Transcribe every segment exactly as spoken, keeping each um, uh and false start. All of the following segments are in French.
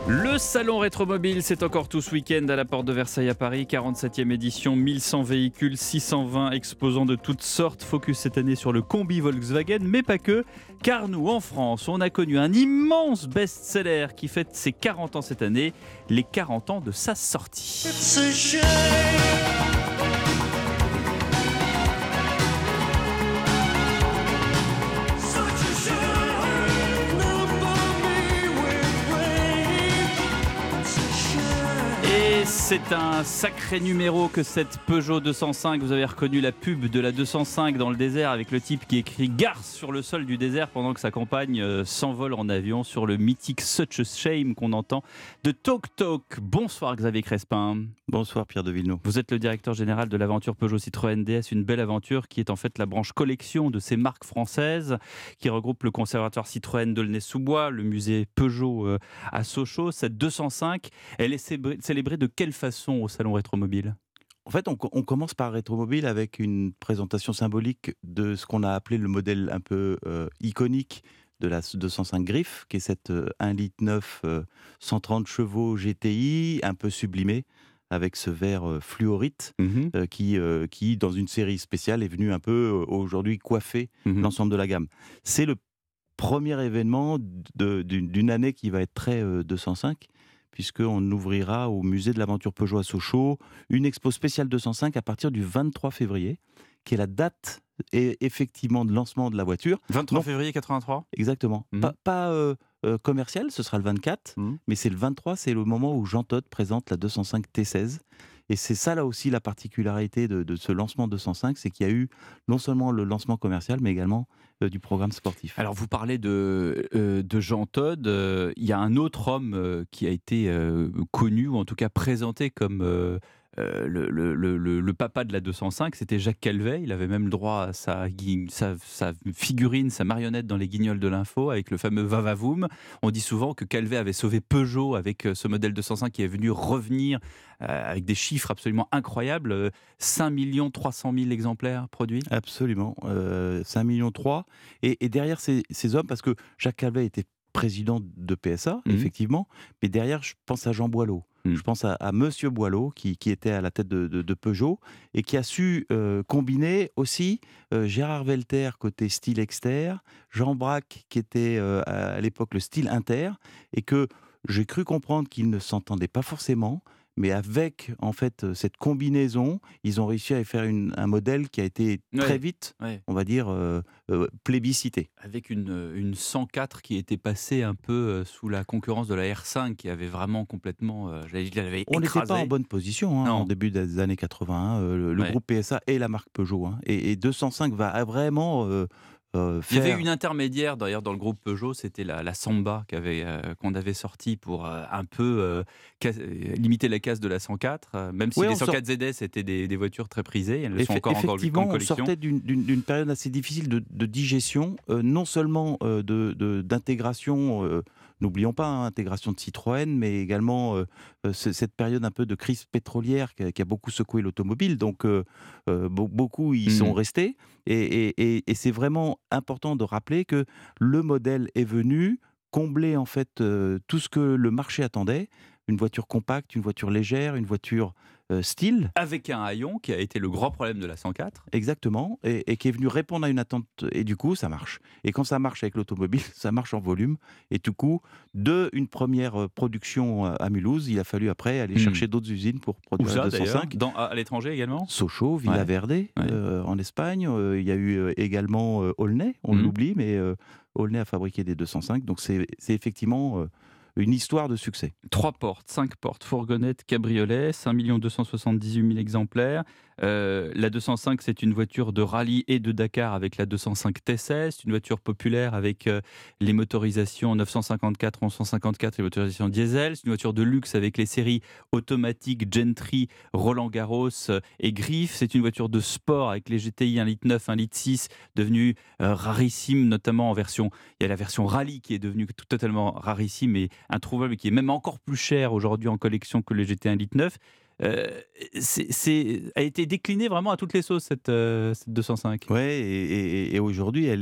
Le salon Rétromobile, c'est encore tout ce week-end à la porte de Versailles à Paris. quarante-septième édition, mille cent véhicules, six cent vingt exposants de toutes sortes. Focus cette année sur le combi Volkswagen, mais pas que. Car nous, en France, on a connu un immense best-seller qui fête ses quarante ans cette année. Les quarante ans de sa sortie. Et c'est un sacré numéro que cette Peugeot deux cent cinq. Vous avez reconnu la pub de la deux cent cinq dans le désert avec le type qui écrit « Garce » sur le sol du désert pendant que sa compagne euh, s'envole en avion sur le mythique Such a Shame qu'on entend de Talk Talk. Bonsoir Xavier Crespin. Bonsoir Pierre de Villeneuve. Vous êtes le directeur général de l'aventure Peugeot Citroën D S, une belle aventure qui est en fait la branche collection de ces marques françaises qui regroupe le conservatoire Citroën d'Aulnay-sous-Bois, le musée Peugeot euh, à Sochaux. Cette deux cent cinq, elle est célébrée de quelle façon au salon Rétromobile ? En fait, on, on commence par Rétromobile avec une présentation symbolique de ce qu'on a appelé le modèle un peu euh, iconique de la deux cent cinq Griff, qui est cette euh, un virgule neuf litres, euh, cent trente chevaux G T I, un peu sublimé, avec ce vert euh, fluorite, mmh. euh, qui, euh, qui, dans une série spéciale, est venu un peu, euh, aujourd'hui, coiffer Mmh. l'ensemble de la gamme. C'est le premier événement de, d'une, d'une année qui va être très euh, deux cent cinq, puisqu'on ouvrira au musée de l'aventure Peugeot à Sochaux une expo spéciale deux cent cinq à partir du vingt-trois février, qui est la date et effectivement de lancement de la voiture. vingt-trois Non, février quatre-vingt-trois. exactement. Mhm. Pas, pas euh, euh, commercial, ce sera le vingt-quatre, Mmh. mais c'est le vingt-trois, c'est le moment où Jean Todt présente la deux cent cinq T seize. Et c'est ça là aussi la particularité de, de ce lancement deux cent cinq, c'est qu'il y a eu non seulement le lancement commercial, mais également euh, du programme sportif. Alors vous parlez de, euh, de Jean Todt, euh, il y a un autre homme euh, qui a été euh, connu, ou en tout cas présenté comme euh, euh, le, le, le, le papa de la deux cent cinq, c'était Jacques Calvet. Il avait même le droit à sa, gui- sa, sa figurine, sa marionnette dans les Guignols de l'info, avec le fameux Vavavoum. On dit souvent que Calvet avait sauvé Peugeot avec euh, ce modèle deux cent cinq qui est venu revenir euh, avec des chiffres absolument incroyables, euh, cinq millions trois cent mille exemplaires produits. Absolument, euh, cinq virgule trois millions. Et, et derrière ces, ces hommes, parce que Jacques Calvet était président de P S A, Mhm. effectivement, mais derrière, je pense à Jean Boileau. Mhm. Je pense à, à Monsieur Boileau, qui, qui était à la tête de, de- de Peugeot, et qui a su euh, combiner aussi euh, Gérard Velter, côté style exter, Jean Braque, qui était euh, à, à l'époque le style inter, et que j'ai cru comprendre qu'ils ne s'entendaient pas forcément, mais avec en fait euh, cette combinaison, ils ont réussi à faire une- un modèle qui a été très Ouais. vite, Ouais. on va dire, euh, euh, plébiscité. Avec une, une cent quatre qui était passée un peu euh, sous la concurrence de la R cinq, qui avait vraiment complètement, euh, j'allais dire, elle avait On n'était écrasé. pas en bonne position hein, Non. en début des années quatre-vingts, euh, le, le Ouais. groupe P S A et la marque Peugeot. hein. et, et deux cent cinq va vraiment euh, euh, Il y faire... avait une intermédiaire d'ailleurs dans le groupe Peugeot, c'était la, la Samba qu'avait, euh, qu'on avait sortie pour euh, un peu euh, cas- euh, limiter la casse de la cent quatre, euh, même si Ouais, les on cent sort- quatre Z S étaient des, des voitures très prisées, elles le sont Effe- encore encore Effectivement, en on collection. sortait d'une- d'une d'une période assez difficile de, de digestion, euh, non seulement euh, de- de- d'intégration, euh, n'oublions pas, hein, intégration de Citroën, mais également euh, euh, ce- cette période un peu de crise pétrolière qui a, qui a beaucoup secoué l'automobile. Donc, euh, euh, be- beaucoup y sont Mhm. restés. Et, et- et- et c'est vraiment important de rappeler que le modèle est venu combler en fait euh, tout ce que le marché attendait. Une voiture compacte, une voiture légère, une voiture euh, style. Avec un haillon qui a été le grand problème de la cent quatre. Exactement, et, et qui est venu répondre à une attente, et du coup, ça marche. Et quand ça marche avec l'automobile, ça marche en volume, et du coup, de une première euh, production euh, à Mulhouse, il a fallu après aller Hmm. chercher d'autres usines pour Où produire la ça d'ailleurs deux cent cinq. Dans, à, à l'étranger également. Sochaux, Villaverde, euh, en Espagne, euh, il y a eu euh, également euh, Aulnay, on Mhm. l'oublie, mais euh, Aulnay a fabriqué des deux cent cinq, donc c'est c'est effectivement euh, une histoire de succès. Trois portes, cinq portes, fourgonnette, cabriolet, cinq millions deux cent soixante-dix-huit mille exemplaires. Euh, la deux cent cinq, c'est une voiture de rallye et de Dakar avec la deux cent cinq T seize. C'est une voiture populaire avec euh, les motorisations neuf cent cinquante-quatre, onze cent cinquante-quatre et les motorisations diesel. C'est une voiture de luxe avec les séries automatiques Gentry, Roland Garros euh, et Griff. C'est une voiture de sport avec les G T I un virgule neuf litres, un virgule six litres, devenue euh, rarissime, notamment en version... Il y a la version rallye qui est devenue tout- totalement rarissime et introuvable, et qui est même encore plus chère aujourd'hui en collection que les G T I un virgule neuf litres. Euh, c'est, c'est, a été déclinée vraiment à toutes les sauces, cette, euh, cette deux cent cinq. Ouais, et, et- et aujourd'hui, elle est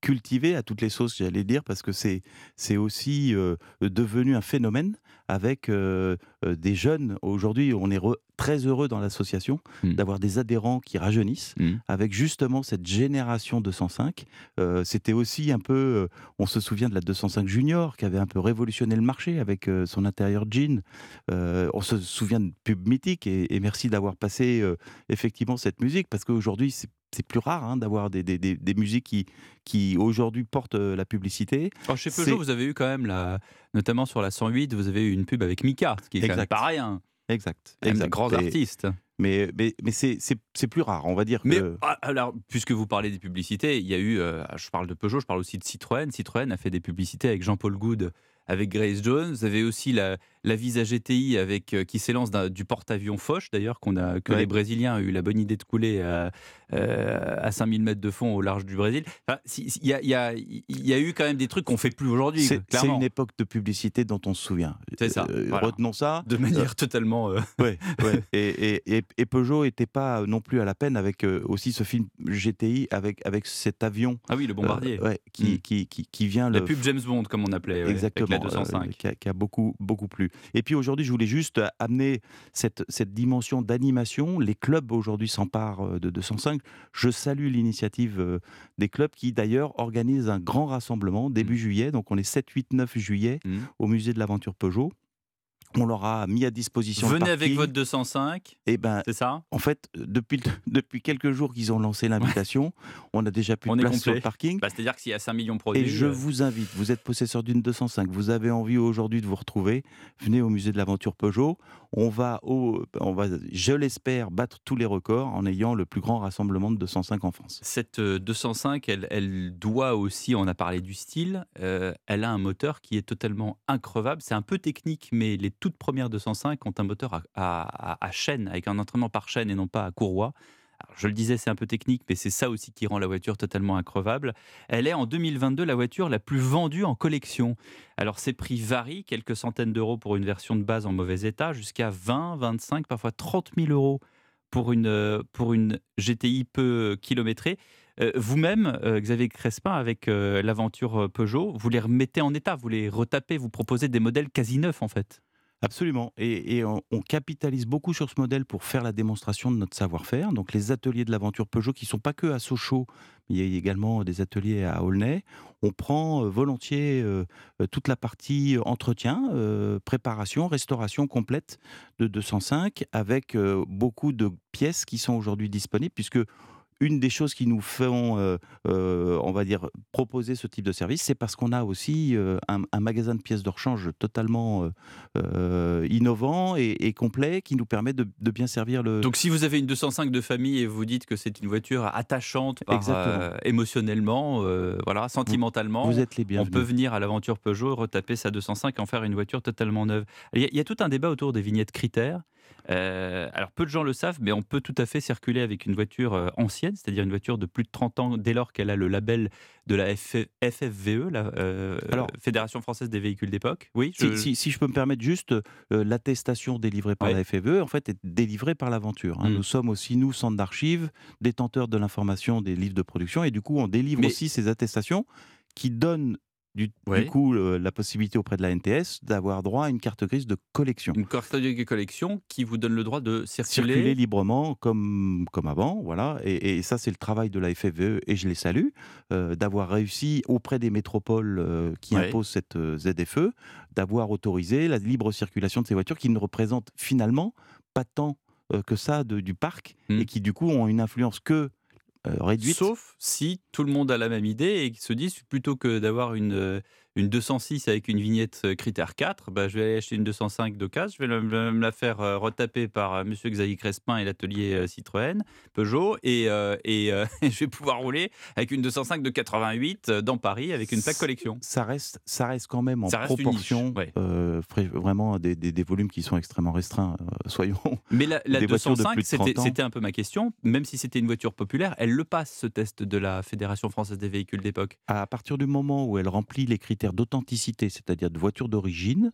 cultivé à toutes les sauces, j'allais dire, parce que c'est c'est aussi euh, devenu un phénomène avec euh, euh, des jeunes. Aujourd'hui, on est re- très heureux dans l'association Mmh. d'avoir des adhérents qui rajeunissent, Mmh. avec justement cette génération deux cent cinq. Euh, C'était aussi un peu, euh, on se souvient de la deux cent cinq Junior qui avait un peu révolutionné le marché avec euh, son intérieur jean. Euh, on se souvient de pubs mythiques et, et merci d'avoir passé euh, effectivement cette musique parce qu'aujourd'hui, c'est c'est plus rare hein, d'avoir des, des, des, des musiques qui, qui aujourd'hui portent euh, la publicité. Alors chez Peugeot, C'est vous avez eu quand même, la, notamment sur la cent huit, vous avez eu une pub avec Mika, ce qui est quand même exact, pas rien. exact, Quand même des exact. grands Et- artistes. mais mais, mais c'est c'est- c'est plus rare, on va dire Mais que. ah, alors, puisque vous parlez des publicités, il y a eu, euh, je parle de Peugeot, je parle aussi de Citroën. Citroën a fait des publicités avec Jean-Paul Goude, avec Grace Jones. Vous avez aussi la, la Visa G T I avec, euh, qui s'élance d'un- du porte-avions Foch, d'ailleurs, qu'on a, que les Ouais. Brésiliens ont eu la bonne idée de couler à, euh, à cinq mille mètres de fond au large du Brésil. Enfin, si- si- il y, a, il y a- il y a eu quand même des trucs qu'on fait plus aujourd'hui, C'est c'est clairement. une époque de publicité dont on se souvient. C'est ça, Euh, voilà. Retenons ça. De manière totalement. euh, Ouais, ouais. Et, et, et, et Peugeot n'était pas non plus à la peine avec euh, aussi ce film G T I avec, avec cet avion Ah oui, le euh, bombardier. ouais, qui, Mm. qui, qui, qui vient La le. pub James Bond, comme on appelait, ouais, avec Exactement, la euh, deux cent cinq. qui, a, qui a beaucoup, beaucoup plu. Et puis aujourd'hui, je voulais juste amener cette, cette dimension d'animation. Les clubs aujourd'hui s'emparent euh, de deux cent cinq. Je salue l'initiative euh, des clubs qui d'ailleurs organisent un grand rassemblement début Mm. juillet. Donc on est sept, huit, neuf juillet Mm. au musée de l'aventure Peugeot. On leur a mis à disposition le Venez avec parking. votre deux cent cinq, Et ben, c'est ça? en fait, depuis, le- depuis quelques jours qu'ils ont lancé l'invitation, on a déjà plus On de est place sur le complet. parking. Bah, c'est-à-dire que s'il y a cinq millions de produits. Et je euh, vous invite, vous êtes possesseur d'une deux cent cinq, vous avez envie aujourd'hui de vous retrouver, venez au musée de l'aventure Peugeot. On va, au, on va, je l'espère, battre tous les records en ayant le plus grand rassemblement de deux cent cinq en France. Cette euh, deux cent cinq, elle, elle doit aussi, on a parlé du style, euh, elle a un moteur qui est totalement increvable. C'est un peu technique, mais les toutes premières deux cent cinq ont un moteur à, à- à- à chaîne, avec un entraînement par chaîne et non pas à courroie. Alors, je le disais, c'est un peu technique, mais c'est ça aussi qui rend la voiture totalement increvable. Elle est en deux mille vingt-deux la voiture la plus vendue en collection. Alors ses prix varient, quelques centaines d'euros pour une version de base en mauvais état, jusqu'à vingt, vingt-cinq, parfois trente mille euros pour une, euh, pour une G T I peu kilométrée. Euh, Vous-même, euh, Xavier Crespin, avec euh, l'aventure euh, Peugeot, vous les remettez en état, vous les retapez, vous proposez des modèles quasi neufs en fait. Absolument. Et, et on, on capitalise beaucoup sur ce modèle pour faire la démonstration de notre savoir-faire. Donc les ateliers de l'aventure Peugeot qui ne sont pas que à Sochaux, mais il y a également des ateliers à Aulnay. On prend euh, volontiers euh, euh, toute la partie entretien, euh, préparation, restauration complète de deux cent cinq avec euh, beaucoup de pièces qui sont aujourd'hui disponibles puisque une des choses qui nous font, euh, euh, on va dire, proposer ce type de service, c'est parce qu'on a aussi euh, un, un magasin de pièces de rechange totalement euh, euh, innovant et, et complet qui nous permet de, de bien servir le. Donc si vous avez une deux cent cinq de famille et vous dites que c'est une voiture attachante par, Exactement. euh, émotionnellement, euh, voilà, sentimentalement, Vous êtes les on bienvenus. peut venir à l'aventure Peugeot, retaper sa deux cent cinq et en faire une voiture totalement neuve. Il y, a, il y a tout un débat autour des vignettes critères. Euh, alors peu de gens le savent, mais on peut tout à fait circuler avec une voiture euh, ancienne, c'est-à-dire une voiture de plus de trente ans, dès lors qu'elle a le label de la F F F V E, la euh, Alors, Fédération française des véhicules d'époque. Oui, Si, je- si- si je peux me permettre juste, euh, l'attestation délivrée par Ouais. la F F E, en fait, est délivrée par l'aventure. hein. Mm. Nous sommes aussi, nous, centre d'archives, détenteurs de l'information des livres de production, et du coup, on délivre Mais- aussi ces attestations qui donnent du, du Ouais. coup euh, la possibilité auprès de la N T S d'avoir droit à une carte grise de collection. une carte de collection qui vous donne le droit de circuler. Circuler librement comme, comme avant, voilà. Et, et ça, c'est le travail de la F F V E, et je les salue, euh, d'avoir réussi auprès des métropoles euh, qui Ouais. imposent cette euh, Z F E, d'avoir autorisé la libre circulation de ces voitures qui ne représentent finalement pas tant euh, que ça de- du parc, Mm. et qui du coup ont une influence que euh, réduite. Sauf si tout le monde a la même idée et qu'ils se disent plutôt que d'avoir une, euh, une deux cent six avec une vignette euh, critère quatre, bah, je vais aller acheter une deux cent cinq d'occasion, je vais le- me la faire euh, retaper par euh, monsieur Xavier Crespin et l'atelier euh, Citroën, Peugeot, et, euh, et euh, je vais pouvoir rouler avec une deux cent cinq de quatre-vingt-huit euh, dans Paris avec une plaque collection. Ça reste, ça reste quand même en Ça reste une proportion, niche, ouais. euh, frais- vraiment des, des- des volumes qui sont extrêmement restreints, euh, soyons. Mais la, la Des voitures de deux cent cinq, plus de c'était trente ans. c'était un peu ma question, même si c'était une voiture populaire, elle le passe ce test de la Fédération française des véhicules d'époque. À partir du moment où elle remplit les critères d'authenticité, c'est-à-dire de voiture d'origine,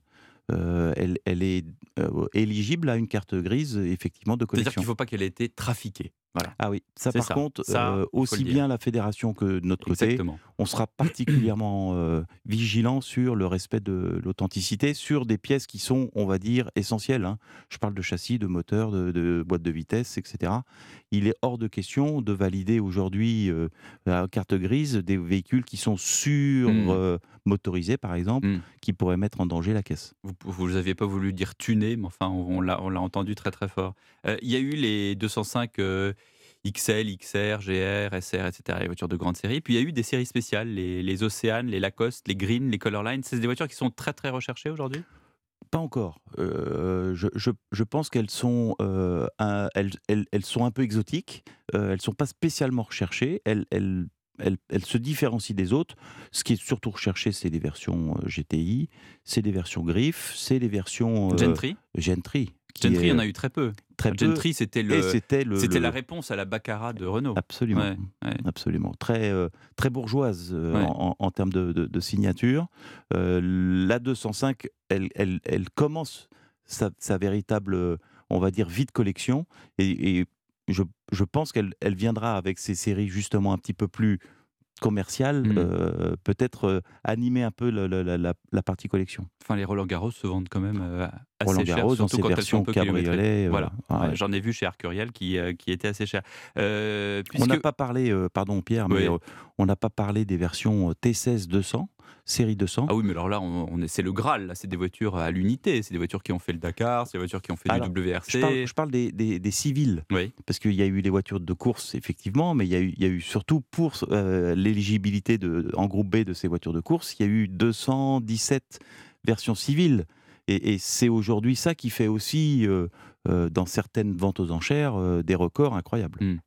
euh, elle, elle est euh, éligible à une carte grise, effectivement, de C'est-à-dire qu'il collection. ne faut pas qu'elle ait été trafiquée. Voilà, Ah oui, ça c'est par ça. contre, Ça, euh, il faut le aussi dire. bien la fédération que de notre côté, Exactement. on sera particulièrement euh, vigilant sur le respect de l'authenticité, sur des pièces qui sont, on va dire, essentielles, hein. Je parle de châssis, de moteur, de, de boîte de vitesse, et cetera. Il est hors de question de valider aujourd'hui euh, à carte grise des véhicules qui sont sur Mmh. euh, motorisés, par exemple, Mmh. qui pourraient mettre en danger la caisse. Vous n'aviez pas voulu dire tuner, mais enfin, on l'a on l'a entendu très, très fort. Heu, il y a eu les deux cent cinq, heu, X L, X R, G R, S R et cetera, les voitures de grande série. Puis il y a eu des séries spéciales, les les Océane, les Lacoste, les Green, les Colorline. C'est des voitures qui sont très, très recherchées aujourd'hui? Pas encore. Heu, je je je pense qu'elles sont, heu, un elles elles elles sont un peu exotiques, heu, elles sont pas spécialement recherchées, elles elles elles elles se différencient des autres. Ce qui est surtout recherché, c'est les versions, heu, G T I, c'est les versions Griffe, c'est les versions, heu, Gentry? Gentry qui Gentry, il est, y en heu, a eu très peu. très peu Gentry, c'était et le c'était le c'était la le réponse à la Baccarat de Renault. absolument, Ouais, ouais, absolument. Très, heu, très bourgeoise, heu, ouais. en en en termes de de de signature. Heu, la deux cent cinq, elle elle elle commence sa sa véritable, heu, on va dire, vie de collection et et je je pense qu'elle elle viendra avec ces séries justement un petit peu plus commerciales, Mmh. heu, peut-être, heu, animer un peu le le la la la partie collection. Enfin, les Roland Garros se vendent quand même, heu, Roland assez cher, Garros dans surtout ses quand elles sont versions peu kilométrées. cabriolet, heu, Voilà, ah ouais, ouais. j'en ai vu chez Arcurial qui, heu, qui étaient assez chères. Heu, On n'a puisque pas parlé, heu, pardon Pierre, mais, oui. heu, on n'a pas parlé des versions, heu, T seize deux cents, série deux cents. Ah oui, mais alors là, on on est c'est le Graal, là, c'est des voitures à l'unité, c'est des voitures qui ont fait le Dakar, c'est des voitures qui ont fait du Alors, je parle je W R C. parle des des des civils, Oui. parce qu'il y a eu les voitures de course effectivement, mais il y a eu il y a eu surtout pour heu, l'éligibilité de en groupe B de ces voitures de course, il y a eu deux cent dix-sept versions civiles et et c'est aujourd'hui ça qui fait aussi, heu heu, dans certaines ventes aux enchères, heu, des records incroyables. Mmh.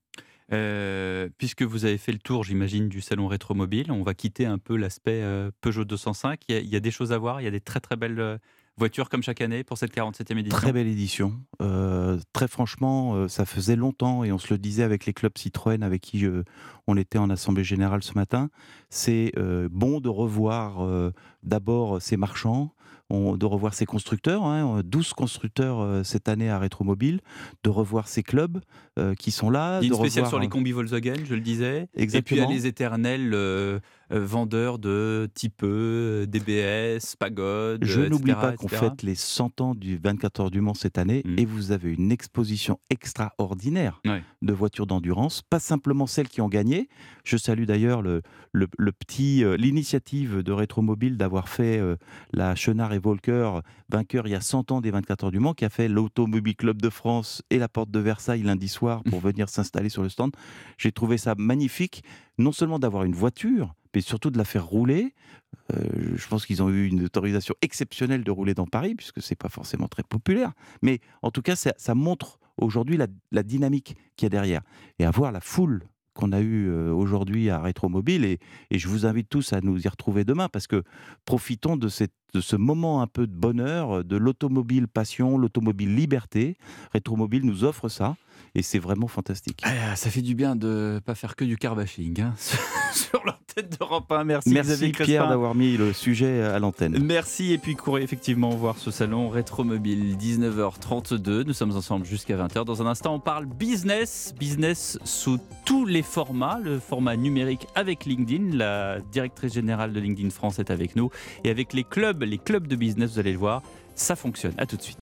Heu, puisque vous avez fait le tour, j'imagine, du salon Rétromobile, on va quitter un peu l'aspect, heu, Peugeot deux cent cinq. Il y a il y a des choses à voir? Il y a des très, très belles, heu, voitures comme chaque année pour cette quarante-septième Très édition? belle édition. Heu, très franchement, heu, ça faisait longtemps et on se le disait avec les clubs Citroën avec qui, heu, on était en assemblée générale ce matin. C'est, heu, bon de revoir, heu, d'abord ces marchands, on de revoir ces constructeurs, hein, douze constructeurs, heu, cette année à Rétromobile, de revoir ces clubs, heu, qui sont là, Il y a de une spéciale sur revoir, les heu combis Volkswagen, je le disais, et puis il y a exactement. les éternels, heu heu, vendeurs de Type E, D B S, Pagode, Je heu, et n'oublie pas cetera, et qu'on cetera. fête les cent ans du vingt-quatre heures du Mans cette année Mmh. et vous avez une exposition extraordinaire Ouais. de voitures d'endurance, pas simplement celles qui ont gagné. Je salue d'ailleurs le, le, le petit, euh, l'initiative de Rétromobile d'avoir fait euh, la Chenard et Volker, vainqueur il y a cent ans des vingt-quatre heures du Mans, qui a fait l'Automobile Club de France et la Porte de Versailles lundi soir pour venir s'installer sur le stand. J'ai trouvé ça magnifique, non seulement d'avoir une voiture, mais surtout de la faire rouler. Heu, je pense qu'ils ont eu une autorisation exceptionnelle de rouler dans Paris, puisque c'est pas forcément très populaire. Mais en tout cas, ça ça montre aujourd'hui la la dynamique qu'il y a derrière et à voir la foule qu'on a eue, heu, aujourd'hui à Rétromobile et et je vous invite tous à nous y retrouver demain parce que profitons de cette de ce moment un peu de bonheur, de l'automobile passion, l'automobile liberté. Rétromobile nous offre ça et c'est vraiment fantastique. Ah, ça fait du bien de pas faire que du car bashing, hein, sur l'antenne d'Europe un. Merci Xavier Merci Pierre Crespin. d'avoir mis le sujet à l'antenne. Merci, et puis courez effectivement voir ce salon Rétromobile, dix-neuf heures trente-deux. Nous sommes ensemble jusqu'à vingt heures. Dans un instant, on parle business, business sous tous les formats, le format numérique avec LinkedIn. La directrice générale de LinkedIn France est avec nous, et avec les clubs, les clubs de business, vous allez le voir, ça fonctionne. À tout de suite.